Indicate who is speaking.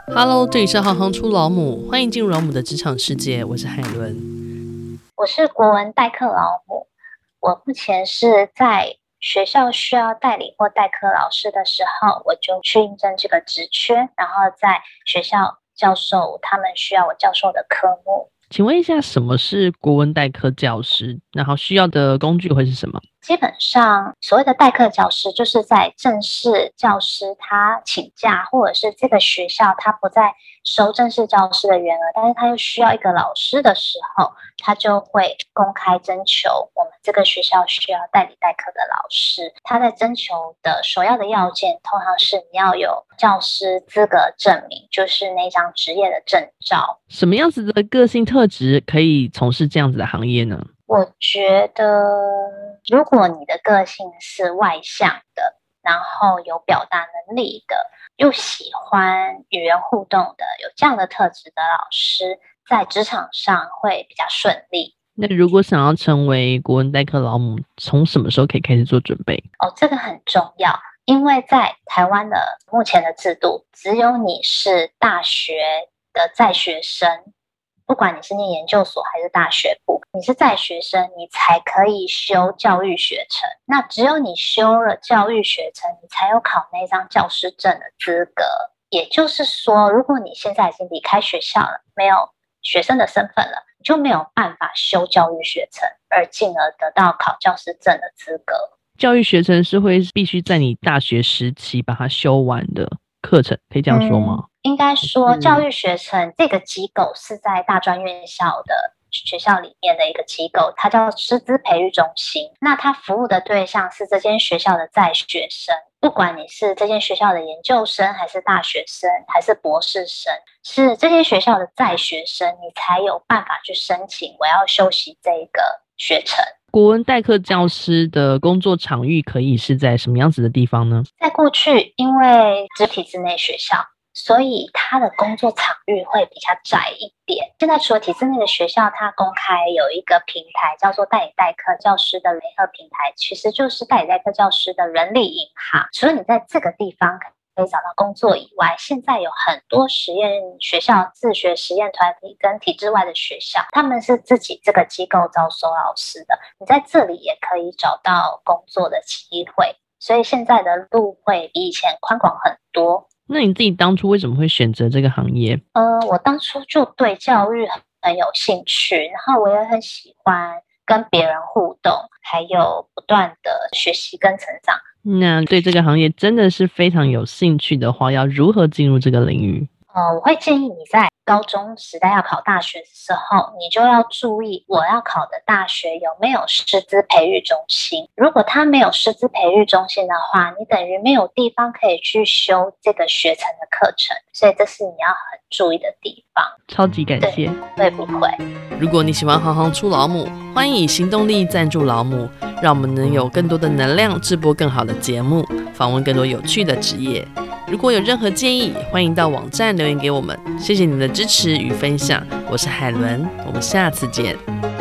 Speaker 1: Hello，这里是行行出老母，欢迎进入老母的职场世界，我是海伦。
Speaker 2: 我是国文代课老母，我目前是在学校需要代理或代课老师的时候，我就去应征这个职缺，然后在学校教授他们需要我教授的科目。
Speaker 1: 请问一下，什么是国文代课教师？然后需要的工具会是什么？
Speaker 2: 基本上所谓的代课教师，就是在正式教师他请假，或者是这个学校他不再收正式教师的员额，但是他又需要一个老师的时候，他就会公开征求我们这个学校需要代理代课的老师。他在征求的首要的要件，通常是你要有教师资格证明，就是那张职业的证照。
Speaker 1: 什么样子的个性特质可以从事这样子的行业呢？
Speaker 2: 我觉得如果你的个性是外向的，然后有表达能力的，又喜欢与人互动的，有这样的特质的老师，在职场上会比较顺利。
Speaker 1: 那如果想要成为国文代课老母，从什么时候可以开始做准备？
Speaker 2: 这个很重要，因为在台湾的目前的制度，只有你是大学的在学生，不管你是念研究所还是大学部，你是在学生，你才可以修教育学程。那只有你修了教育学程，你才有考那张教师证的资格。也就是说，如果你现在已经离开学校了，没有学生的身份了，你就没有办法修教育学程，而进而得到考教师证的资格。
Speaker 1: 教育学程是会必须在你大学时期把它修完的课程，可以这样说吗？
Speaker 2: 应该说教育学程这个机构是在大专院校的学校里面的一个机构，它叫师资培育中心。那它服务的对象是这间学校的在学生，不管你是这间学校的研究生还是大学生还是博士生，是这间学校的在学生，你才有办法去申请我要修习这个学程。
Speaker 1: 国文代课教师的工作场域可以是在什么样子的地方呢？
Speaker 2: 在过去，因为是体制内学校，所以他的工作场域会比较窄一点。现在除了体制内的学校，它公开有一个平台叫做代理代课教师的联合平台，其实就是代理代课教师的人力银行。除了你在这个地方可以找到工作以外，现在有很多实验学校、自学实验团体跟体制外的学校，他们是自己这个机构招收老师的，你在这里也可以找到工作的机会。所以现在的路会比以前宽广很多。
Speaker 1: 那你自己当初为什么会选择这个行业？
Speaker 2: 我当初就对教育很有兴趣，然后我也很喜欢跟别人互动，还有不断的学习跟成长。
Speaker 1: 那对这个行业真的是非常有兴趣的话，要如何进入这个领域？
Speaker 2: 我会建议你在高中时代要考大学的时候，你就要注意我要考的大学有没有师资培育中心。如果它没有师资培育中心的话，你等于没有地方可以去修这个学程的课程，所以这是你要很注意的地方。
Speaker 1: 超级感谢。
Speaker 2: 会不会？
Speaker 1: 如果你喜欢行行出老母，欢迎以行动力赞助老母，让我们能有更多的能量制播更好的节目，访问更多有趣的职业。如果有任何建议，欢迎到网站留言给我们。谢谢你们的支持与分享，我是海伦，我们下次见。